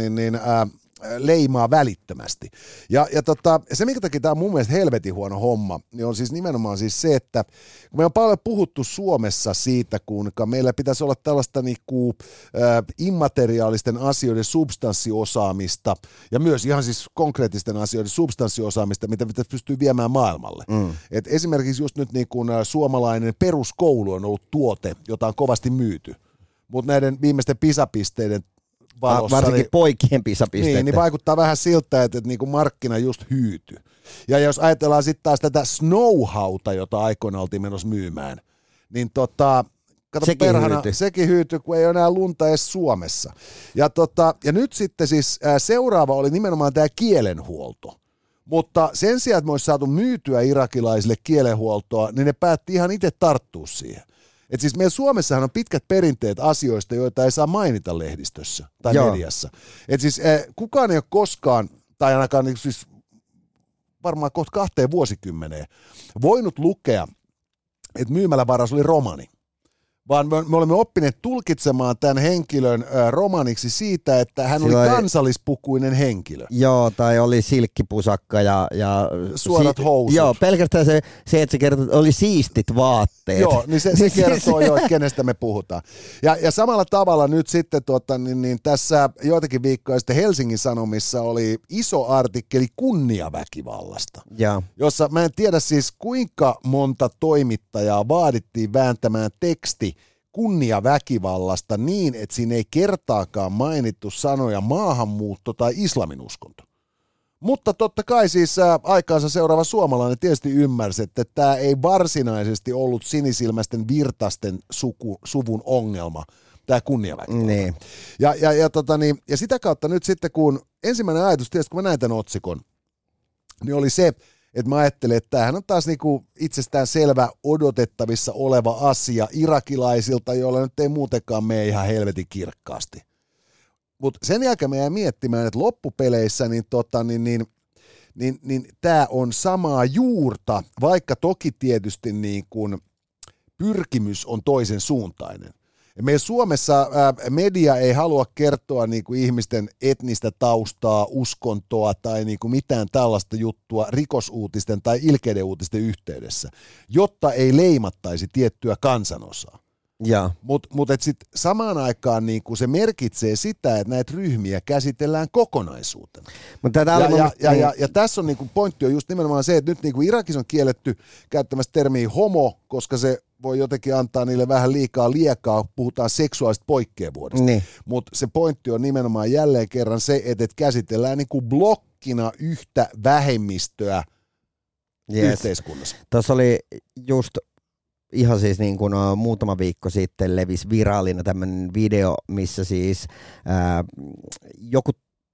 [SPEAKER 2] leimaa välittömästi. Ja se, minkä takia tämä on mun mielestä helvetin huono homma, niin on siis nimenomaan siis se, että kun me on paljon puhuttu Suomessa siitä, kuinka meillä pitäisi olla tällaista immateriaalisten asioiden substanssiosaamista ja myös ihan siis konkreettisten asioiden substanssiosaamista, mitä pitäisi pystyä viemään maailmalle. Et esimerkiksi just nyt suomalainen peruskoulu on ollut tuote, jota on kovasti myyty, mutta näiden viimeisten PISA-pisteiden valossa,
[SPEAKER 3] varsinkin poikien PISA-pisteitä.
[SPEAKER 2] Niin vaikuttaa vähän siltä, että niinku markkina just hyytyy. Ja jos ajatellaan sitten taas tätä Snowhauta, jota aikoina oltiin menossa myymään, niin kato perhana, sekin hyytyy, kun ei ole enää lunta edes Suomessa. Ja nyt sitten siis seuraava oli nimenomaan tämä kielenhuolto. Mutta sen sijaan, että me olisi saatu myytyä irakilaisille kielenhuoltoa, niin ne päätti ihan itse tarttua siihen. Et siis meillä Suomessahan on pitkät perinteet asioista, joita ei saa mainita lehdistössä tai mediassa. Et siis kukaan ei ole koskaan, tai ainakaan siis varmaan kohta 2 vuosikymmeneen, voinut lukea, että myymälävaras oli romani. Vaan me olemme oppineet tulkitsemaan tämän henkilön romaniksi siitä, että hän oli kansallispukuinen henkilö.
[SPEAKER 3] Joo, tai oli silkkipusakka ja
[SPEAKER 2] suorat housut.
[SPEAKER 3] Joo, pelkästään se että se kertoo, että oli siistit vaatteet.
[SPEAKER 2] Joo, niin se kertoo jo, että kenestä me puhutaan. Ja samalla tavalla nyt sitten tässä joitakin viikkoja sitten Helsingin Sanomissa oli iso artikkeli kunniaväkivallasta, jossa mä en tiedä siis kuinka monta toimittajaa vaadittiin vääntämään teksti kunniaväkivallasta niin, että siinä ei kertaakaan mainittu sanoja maahanmuutto tai islaminuskonto. Mutta totta kai siis aikaansa seuraava suomalainen tietysti ymmärsi, että tämä ei varsinaisesti ollut sinisilmäisten virtasten suvun ongelma, tämä kunniaväkivalta.
[SPEAKER 3] Nee.
[SPEAKER 2] Ja sitä kautta nyt sitten, kun ensimmäinen ajatus, tietysti kun mä näin tämän otsikon, niin oli se, että mä ajattelin, että tämähän on taas niinku itsestään selvä odotettavissa oleva asia irakilaisilta, joilla nyt ei muutenkaan mene ihan helvetin kirkkaasti. Mutta sen jälkeen mä jäin miettimään, että loppupeleissä niin tämä on samaa juurta, vaikka toki tietysti niin kun pyrkimys on toisen suuntainen. Meillä Suomessa media ei halua kertoa niinku ihmisten etnistä taustaa, uskontoa tai niinku mitään tällaista juttua rikosuutisten tai ilkeiden uutisten yhteydessä, jotta ei leimattaisi tiettyä kansanosaa. Mutta sitten samaan aikaan niinku se merkitsee sitä, että näitä ryhmiä käsitellään kokonaisuutena. Ja tässä on niinku pointti on just nimenomaan se, että nyt niinku Irakissa on kielletty käyttämästä termiä homo, koska se voi jotenkin antaa niille vähän liikaa liekaa, puhutaan seksuaalista poikkeavuudesta.
[SPEAKER 3] Niin.
[SPEAKER 2] Mutta se pointti on nimenomaan jälleen kerran se, että käsitellään niinku blokkina yhtä vähemmistöä yhteiskunnassa.
[SPEAKER 3] Tuossa oli just ihan siis niin kuin muutama viikko sitten levisi viraalina tämmöinen video, missä siis joku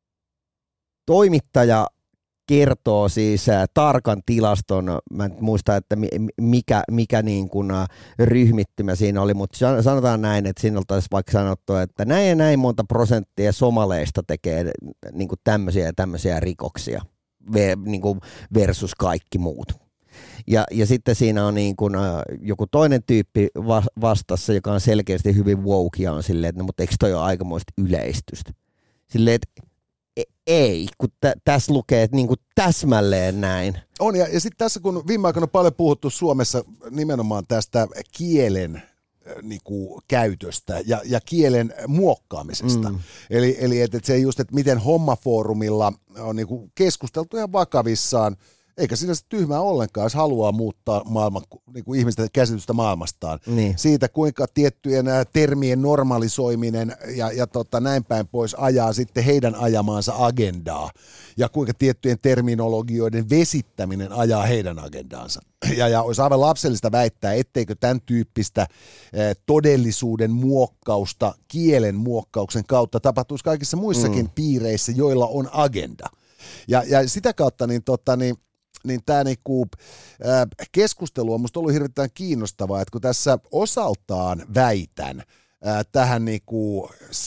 [SPEAKER 3] toimittaja kertoo siis tarkan tilaston, mä en muista, että mikä niin kuin ryhmittymä siinä oli, mutta sanotaan näin, että siinä oltaisiin vaikka sanottu, että näin ja näin monta prosenttia somaleista tekee niin kuin tämmöisiä rikoksia niin kuin versus kaikki muut. Ja sitten siinä on niin kuin joku toinen tyyppi vastassa, joka on selkeästi hyvin woke ja on silleen, että no, mutta eikö toi ole aikamoista yleistystä? Silleen, että ei, kun tässä lukee että niin kuin täsmälleen näin.
[SPEAKER 2] On, ja sitten tässä kun viime aikoina on paljon puhuttu Suomessa nimenomaan tästä kielen niinku käytöstä ja kielen muokkaamisesta. Eli että se just, että miten Hommafoorumilla on niinku keskusteltu ihan vakavissaan, eikä siinä se tyhmää ollenkaan, jos haluaa muuttaa niinku ihmisten käsitystä maailmastaan.
[SPEAKER 3] Niin.
[SPEAKER 2] Siitä, kuinka tiettyjen termien normalisoiminen ja näin päin pois ajaa sitten heidän ajamaansa agendaa. Ja kuinka tiettyjen terminologioiden vesittäminen ajaa heidän agendaansa. Ja olisi aivan lapsellista väittää, etteikö tämän tyyppistä todellisuuden muokkausta kielen muokkauksen kautta tapahtuisi kaikissa muissakin piireissä, joilla on agenda. Ja sitä kautta niin niin tämä niinku, keskustelu on musta ollut hirveän kiinnostavaa, että kun tässä osaltaan väitän tähän niinku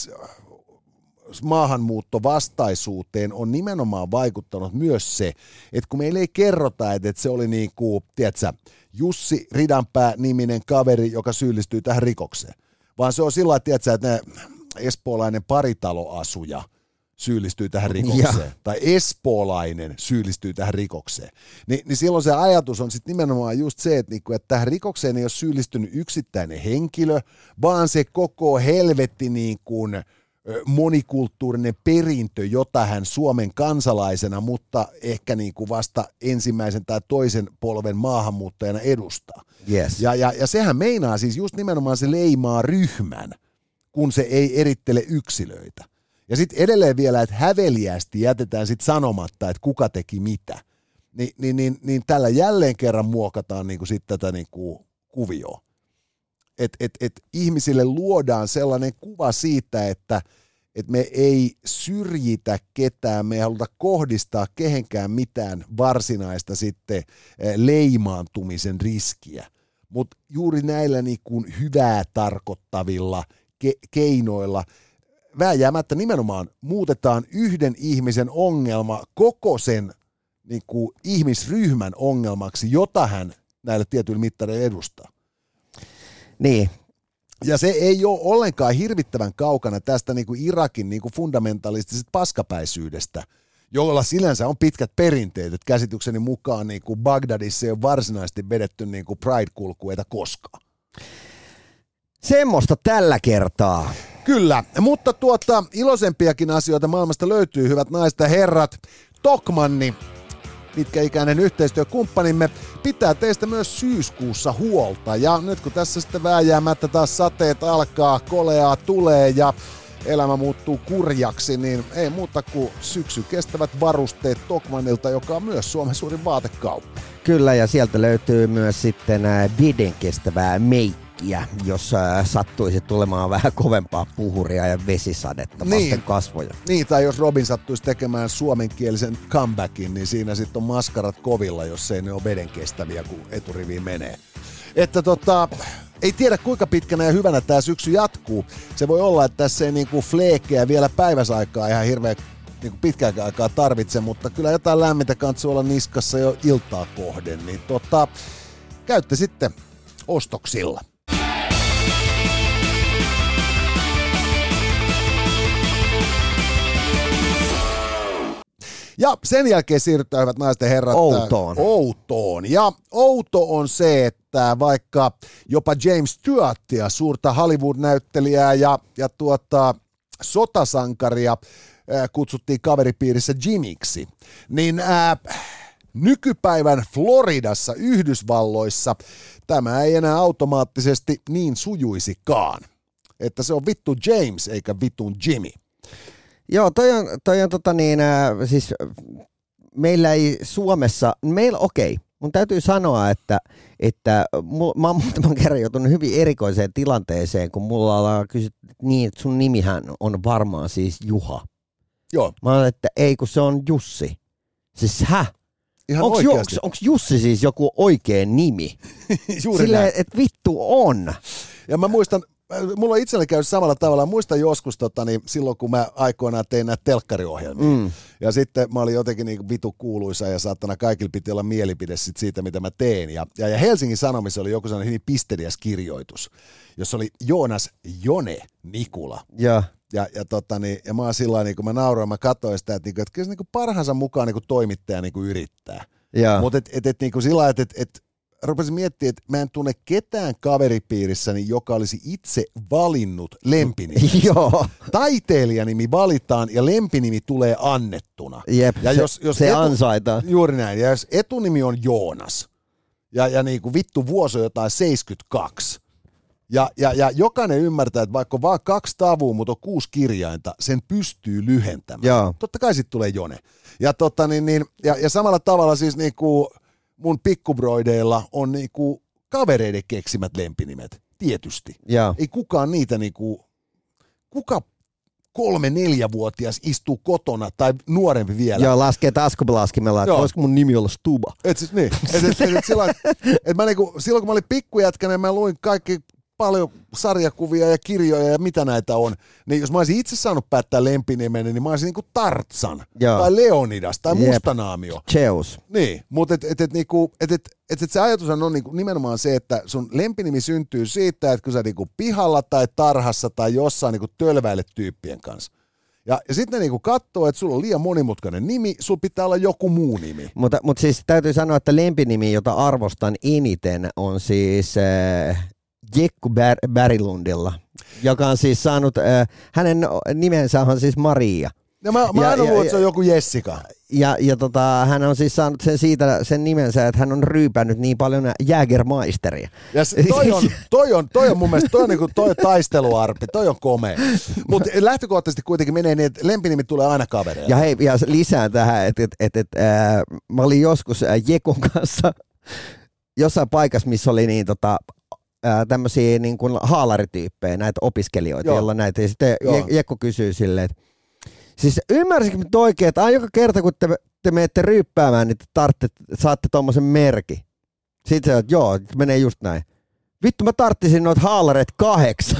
[SPEAKER 2] maahanmuuttovastaisuuteen on nimenomaan vaikuttanut myös se, että kun meille ei kerrota, että se oli niinku, tiedätkö, Jussi Ridanpää-niminen kaveri, joka syyllistyy tähän rikokseen, vaan se on sillä lailla, tiedätkö, että ne espoolainen paritaloasuja syyllistyy tähän rikokseen, tai espoolainen syyllistyy tähän rikokseen, niin silloin se ajatus on sitten nimenomaan just se, että tähän rikokseen ei ole syyllistynyt yksittäinen henkilö, vaan se koko helvetti niin kuin monikulttuurinen perintö, jota hän Suomen kansalaisena, mutta ehkä niin kuin vasta ensimmäisen tai toisen polven maahanmuuttajana edustaa.
[SPEAKER 3] Yes.
[SPEAKER 2] Ja sehän meinaa siis just nimenomaan se leimaa ryhmän, kun se ei erittele yksilöitä. Ja sitten edelleen vielä, että häveliästi jätetään sitten sanomatta, että kuka teki mitä. Niin tällä jälleen kerran muokataan niinku sit tätä niinku kuvioa. Et ihmisille luodaan sellainen kuva siitä, että me ei syrjitä ketään, me ei haluta kohdistaa kehenkään mitään varsinaista sitten leimaantumisen riskiä. Mutta juuri näillä niinku hyvää tarkoittavilla keinoilla vääjäämättä nimenomaan muutetaan yhden ihmisen ongelma koko sen niin kuin ihmisryhmän ongelmaksi, jota hän näillä tietyillä mittareilla edustaa.
[SPEAKER 3] Niin.
[SPEAKER 2] Ja se ei ole ollenkaan hirvittävän kaukana tästä niin kuin Irakin niin kuin fundamentalistisesta paskapäisyydestä, jolla sinänsä on pitkät perinteet, että käsitykseni mukaan niin kuin Bagdadissa ei ole varsinaisesti vedetty niin kuin Pride-kulkueita koskaan.
[SPEAKER 3] Semmoista tällä kertaa.
[SPEAKER 2] Kyllä, mutta iloisempiakin asioita maailmasta löytyy, hyvät naiset ja herrat. Tokmanni, pitkäikäinen yhteistyökumppanimme, pitää teistä myös syyskuussa huolta. Ja nyt kun tässä sitten vääjäämättä taas sateet alkaa, koleaa tulee ja elämä muuttuu kurjaksi, niin ei muuta kuin syksy kestävät varusteet Tokmannilta, joka on myös Suomen suurin vaatekauppa.
[SPEAKER 3] Kyllä, ja sieltä löytyy myös sitten veden kestävää meikkiä, jos sattuisi tulemaan vähän kovempaa puhuria ja vesisadetta vasten kasvoja.
[SPEAKER 2] Niin, tai jos Robin sattuisi tekemään suomenkielisen comebackin, niin siinä sitten on maskarat kovilla, jos ei ne ole veden kestäviä, kun eturiviin menee. Että ei tiedä kuinka pitkänä ja hyvänä tämä syksy jatkuu. Se voi olla, että tässä ei niinku fleekeä vielä päiväsaikaa ihan hirveän niinku pitkään aikaa tarvitse, mutta kyllä jotain lämmintä kanssa olla niskassa jo iltaa kohden, niin käytte sitten ostoksilla. Ja sen jälkeen siirrytään, hyvät naiset ja herrat, outoon. Ja outo on se, että vaikka jopa James Stewartia, suurta Hollywood-näyttelijää ja sotasankaria kutsuttiin kaveripiirissä Jimmyksi, niin nykypäivän Floridassa, Yhdysvalloissa, tämä ei enää automaattisesti niin sujuisikaan. Että se on vittu James eikä vittun Jimmy.
[SPEAKER 3] Joo, toi on siis meillä ei Suomessa, mun täytyy sanoa, että mä oon muutaman kerran joutunut hyvin erikoiseen tilanteeseen, kun mulla ollaan kysytty niin, että sun nimihän on varmaan siis Juha.
[SPEAKER 2] Joo.
[SPEAKER 3] Mä olen, että ei, kun se on Jussi. Siis
[SPEAKER 2] ihan oikeasti.
[SPEAKER 3] Onko Jussi siis joku oikea nimi?
[SPEAKER 2] Juuri
[SPEAKER 3] silleen,
[SPEAKER 2] näin.
[SPEAKER 3] että vittu on.
[SPEAKER 2] Ja mä muistan, mulla on itselleni käynyt samalla tavalla. Muistan joskus silloin, kun mä aikoinaan tein näitä telkkariohjelmia. Ja sitten mä olin jotenkin niin vitu kuuluisa ja saatana kaikilla piti olla mielipide siitä, mitä mä teen. Ja Helsingin Sanomissa oli joku sellainen hyvin pisteliäs kirjoitus, jossa oli Joonas Jone Nikula.
[SPEAKER 3] Ja
[SPEAKER 2] mä oon sillä lailla, kun mä nauroin, mä katsoin sitä, että kyllä se parhaansa mukaan toimittaja yrittää. Mutta sillä lailla, että rupesin miettimään, että mä en tunne ketään kaveripiirissäni, joka olisi itse valinnut lempinimi.
[SPEAKER 3] Joo.
[SPEAKER 2] Taiteilijanimi valitaan ja lempinimi tulee annettuna.
[SPEAKER 3] Jep,
[SPEAKER 2] ja jos
[SPEAKER 3] se ansaitaan.
[SPEAKER 2] Juuri näin. Ja jos etunimi on Joonas ja vittu vuosi on jotain 72. Ja jokainen ymmärtää, että vaikka on vaan 2 tavua, mutta on 6 kirjainta, sen pystyy lyhentämään.
[SPEAKER 3] Joo.
[SPEAKER 2] Totta kai sitten tulee Jone. Ja samalla tavalla siis mun pikkubroideilla on kavereiden keksimät lempinimet, tietysti.
[SPEAKER 3] Ja.
[SPEAKER 2] Ei kukaan niitä 3-4-vuotias istuu kotona tai nuorempi vielä.
[SPEAKER 3] Joo, laskee taskulaskimella, että voisiko mun nimi olla Stuba.
[SPEAKER 2] Silloin kun mä olin pikkujätkä, niin mä luin kaikki paljon sarjakuvia ja kirjoja ja mitä näitä on, niin jos mä olisin itse saanut päättää lempinimen, niin mä olisin niinku Tartsan tai Leonidas tai Mustanaamio.
[SPEAKER 3] Zeus.
[SPEAKER 2] Niin, mutta se ajatushan on niinku nimenomaan se, että sun lempinimi syntyy siitä, että kun sä niinku pihalla tai tarhassa tai jossain niinku tölväilet tyyppien kanssa. Ja sitten ne niinku katsoo, että sulla on liian monimutkainen nimi, sulla pitää olla joku muu nimi.
[SPEAKER 3] Mutta siis täytyy sanoa, että lempinimi, jota arvostan eniten, on siis Jekku Berglundilla, joka on siis saanut, hänen nimensä on siis Maria.
[SPEAKER 2] No mä aina luulen, että se on joku Jessica.
[SPEAKER 3] Ja hän on siis saanut sen nimensä, että hän on ryypännyt niin paljon Jägermeisteria.
[SPEAKER 2] Ja toi on mun mielestä, toi on taisteluarpi, toi on komea. Mutta lähtökohtaisesti kuitenkin menee niin, että lempinimi tulee aina kavereille.
[SPEAKER 3] Ja hei, ja lisään tähän, että mä olin joskus Jekun kanssa jossain paikassa, missä oli niin tämmöisiä niin kuin haalarityyppejä, näitä opiskelijoita, joilla näitä. Ja sitten Jekko kysyy silleen, että siis ymmärsinkö nyt oikein, että joka kerta kun te menette ryyppäämään, niin te saatte tommosen merkin. Sitten se, että joo, menee just näin. Vittu mä tarttisin noita haalareita 8.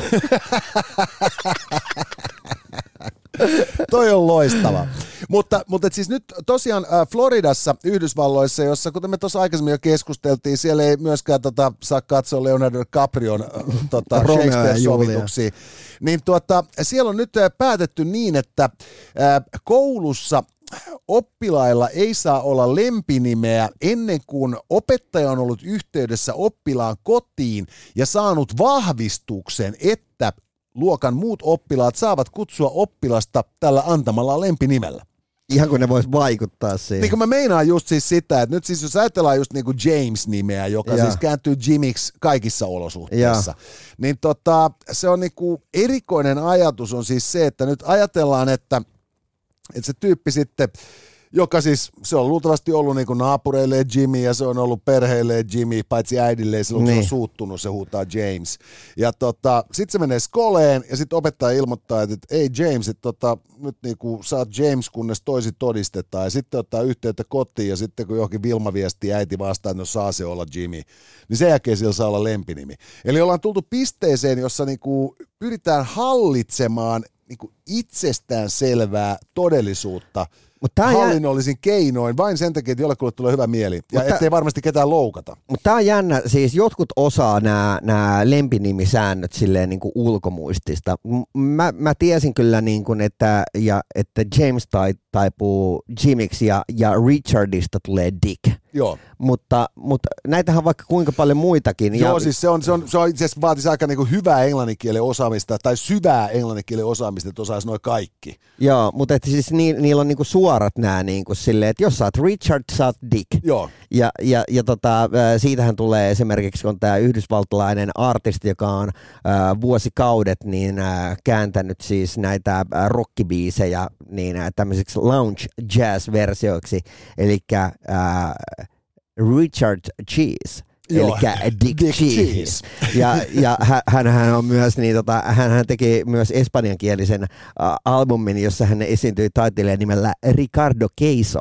[SPEAKER 2] Toi on loistava. Mutta siis nyt tosiaan Floridassa, Yhdysvalloissa, jossa kuten me tuossa aikaisemmin jo keskusteltiin, siellä ei myöskään saa katsoa Leonardo DiCaprion Shakespeare-sovituksia. Niin siellä on nyt päätetty niin, että koulussa oppilailla ei saa olla lempinimeä ennen kuin opettaja on ollut yhteydessä oppilaan kotiin ja saanut vahvistuksen, että luokan muut oppilaat saavat kutsua oppilasta tällä antamalla lempinimellä.
[SPEAKER 3] Ihan kun ne vois vaikuttaa siihen.
[SPEAKER 2] Niin kuin mä meinaan just siis sitä, että nyt siis jos ajatellaan just niinku James-nimeä, joka siis kääntyy Jimiksi kaikissa olosuhteissa, niin se on niinku erikoinen ajatus on siis se, että nyt ajatellaan, että se tyyppi sitten, joka siis, se on luultavasti ollut niinku naapureille Jimmy ja se on ollut perheille Jimmy, paitsi äidille, silloin se on suuttunut, se huutaa James. Ja sitten se menee skoleen ja sitten opettaja ilmoittaa, että ei James, että nyt niinku sä oot James, kunnes toisin todistetaan. Ja sitten ottaa yhteyttä kotiin ja sitten kun johonkin Vilma viestii äiti vastaan, että no saa se olla Jimmy, niin sen jälkeen sillä saa olla lempinimi. Eli ollaan tultu pisteeseen, jossa niinku pyritään hallitsemaan niinku itsestään selvää todellisuutta hallinnollisin keinoin, vain sen takia, että jollekulle tulee hyvä mieli, ja ettei varmasti ketään loukata.
[SPEAKER 3] Mutta tämä on jännä, siis jotkut osaa nämä lempinimisäännöt silleen niin kuin ulkomuistista. Mä tiesin kyllä, niin kuin, että James taipuu Jimmiksi ja Richardista tulee Dick.
[SPEAKER 2] Joo.
[SPEAKER 3] Mutta näitähän on vaikka kuinka paljon muitakin.
[SPEAKER 2] Joo, siis se on itse asiassa vaatisi aika niinku hyvää englanninkielen osaamista tai syvää englanninkielen osaamista, että osaisi noin kaikki.
[SPEAKER 3] Joo, mutta siis niillä on niinku suorat nämä niinku silleen, että jos sä oot Richard, sä oot Dick.
[SPEAKER 2] Joo.
[SPEAKER 3] Ja siitähän tulee esimerkiksi, kun tämä yhdysvaltalainen artisti, joka on vuosikaudet niin kääntänyt siis näitä rockibiisejä niin tämmöiseksi lounge jazz-versioiksi, eli Richard Cheese. Eli Dick Cheese. Ja hän on myös hän teki myös espanjankielisen albumin, jossa hän esiintyi taiteilijan nimellä Ricardo Queiso.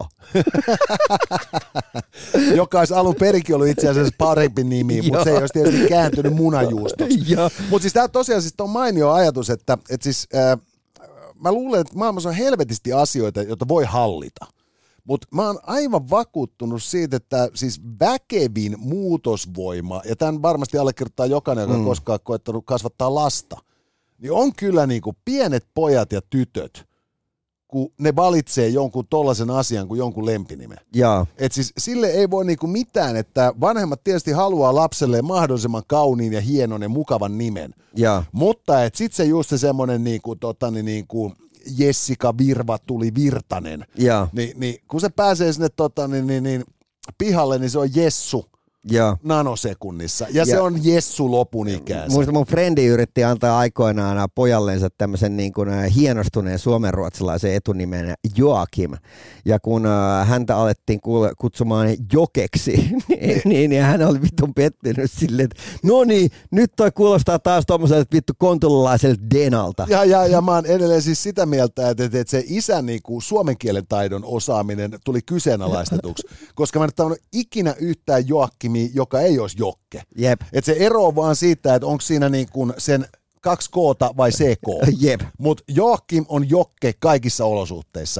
[SPEAKER 2] Joka olisi alun perinkin ollut itse asiassa parempi nimi, mutta se ei olisi tietysti kääntynyt munajuustoksi. Mutta siis tämä tosiaan siis on mainio ajatus, että siis mä luulen, että maailmassa on helvetisti asioita, joita voi hallita. Mutta mä oon aivan vakuuttunut siitä, että siis väkevin muutosvoima, ja tämän varmasti allekirjoittaa jokainen, joka on koskaan koettanut kasvattaa lasta, niin on kyllä niinku pienet pojat ja tytöt, kun ne valitsee jonkun tollaisen asian kuin jonkun lempinimen. Et siis sille ei voi niinku mitään, että vanhemmat tietysti haluaa lapselle mahdollisimman kauniin ja hienon ja mukavan nimen. Mutta et sit se just se semmonen niinku Jessica Virva tuli Virtanen. Niin kun se pääsee sinne pihalle, niin se on Jessu. nanosekunnissa. Ja se on Jessu lopun ikäänsä.
[SPEAKER 3] Muista mun frendi yritti antaa aikoinaan pojallensa tämmöisen niin kuin hienostuneen suomenruotsalaisen etunimen Joakim. Ja kun häntä alettiin kutsumaan Jokeksi, niin hän oli vitun pettynyt silleen, että no niin, nyt toi kuulostaa taas tommoiselta vittu kontulolaiselta Denalta.
[SPEAKER 2] Ja mä oon edelleen siis sitä mieltä, että se isän niin kuin suomen kielen taidon osaaminen tuli kyseenalaistetuksi, koska mä en tavannut ikinä yhtään Joakimia, joka ei olisi Jokke.
[SPEAKER 3] Jep.
[SPEAKER 2] Et se ero vaan siitä, että onko siinä niin kuin sen 2 K:ta vai CK.
[SPEAKER 3] Jep.
[SPEAKER 2] Mutta Joakim on Jokke kaikissa olosuhteissa.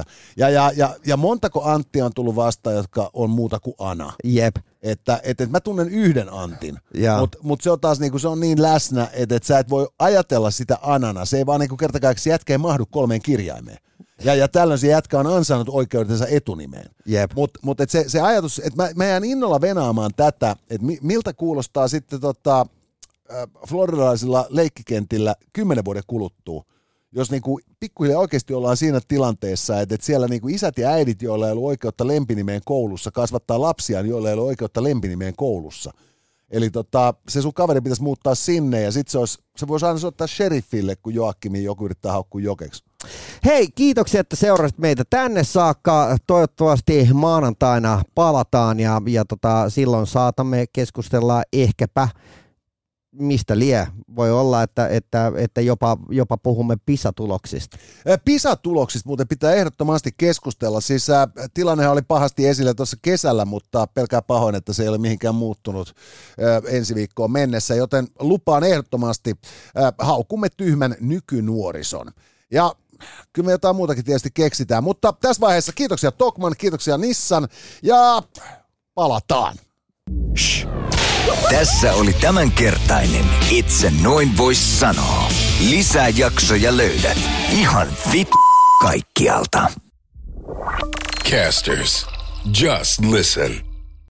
[SPEAKER 2] Ja montako Anttia on tullut vastaan, jotka on muuta kuin Ana.
[SPEAKER 3] Jep.
[SPEAKER 2] Että mä tunnen yhden Antin, mutta se on taas niinku, se on niin läsnä, että sä et voi ajatella sitä Anana. Se ei vaan niinku kertakaikkisesti jätkä ei mahdu 3 kirjaimeen. Ja tällöin se jätkä on ansainnut oikeutensa etunimeen. Mutta se ajatus, että mä jään innolla venaamaan tätä, että miltä kuulostaa sitten floridalaisilla leikkikentillä 10 vuoden kuluttua, jos niinku pikkuhiljaa oikeasti ollaan siinä tilanteessa, että siellä niinku isät ja äidit, joilla ei ollut oikeutta lempinimeen koulussa, kasvattaa lapsiaan, joilla ei ollut oikeutta lempinimeen koulussa. Eli se sun kaveri pitäisi muuttaa sinne, ja sitten se voisi aina soittaa sheriffille, kun Joakimin joku yrittää haukkua Jokeksi.
[SPEAKER 3] Hei, kiitoksia, että seurasit meitä tänne saakka. Toivottavasti maanantaina palataan, ja silloin saatamme keskustella ehkäpä mistä lie. Voi olla, että jopa puhumme PISA-tuloksista.
[SPEAKER 2] PISA-tuloksista muuten pitää ehdottomasti keskustella. Siis tilannehan oli pahasti esillä tuossa kesällä, mutta pelkää pahoin, että se ei ole mihinkään muuttunut ensi viikkoon mennessä, joten lupaan ehdottomasti haukumme tyhmän nykynuorison. Ja kyllä me jotain muutakin tietysti keksitään, mutta tässä vaiheessa kiitoksia Tokman, kiitoksia Nissan ja palataan.
[SPEAKER 1] Shh. Tässä oli tämänkertainen Itse noin vois sanoa. Lisää jaksoja löydät ihan kaikkialta.
[SPEAKER 4] Casters, just listen.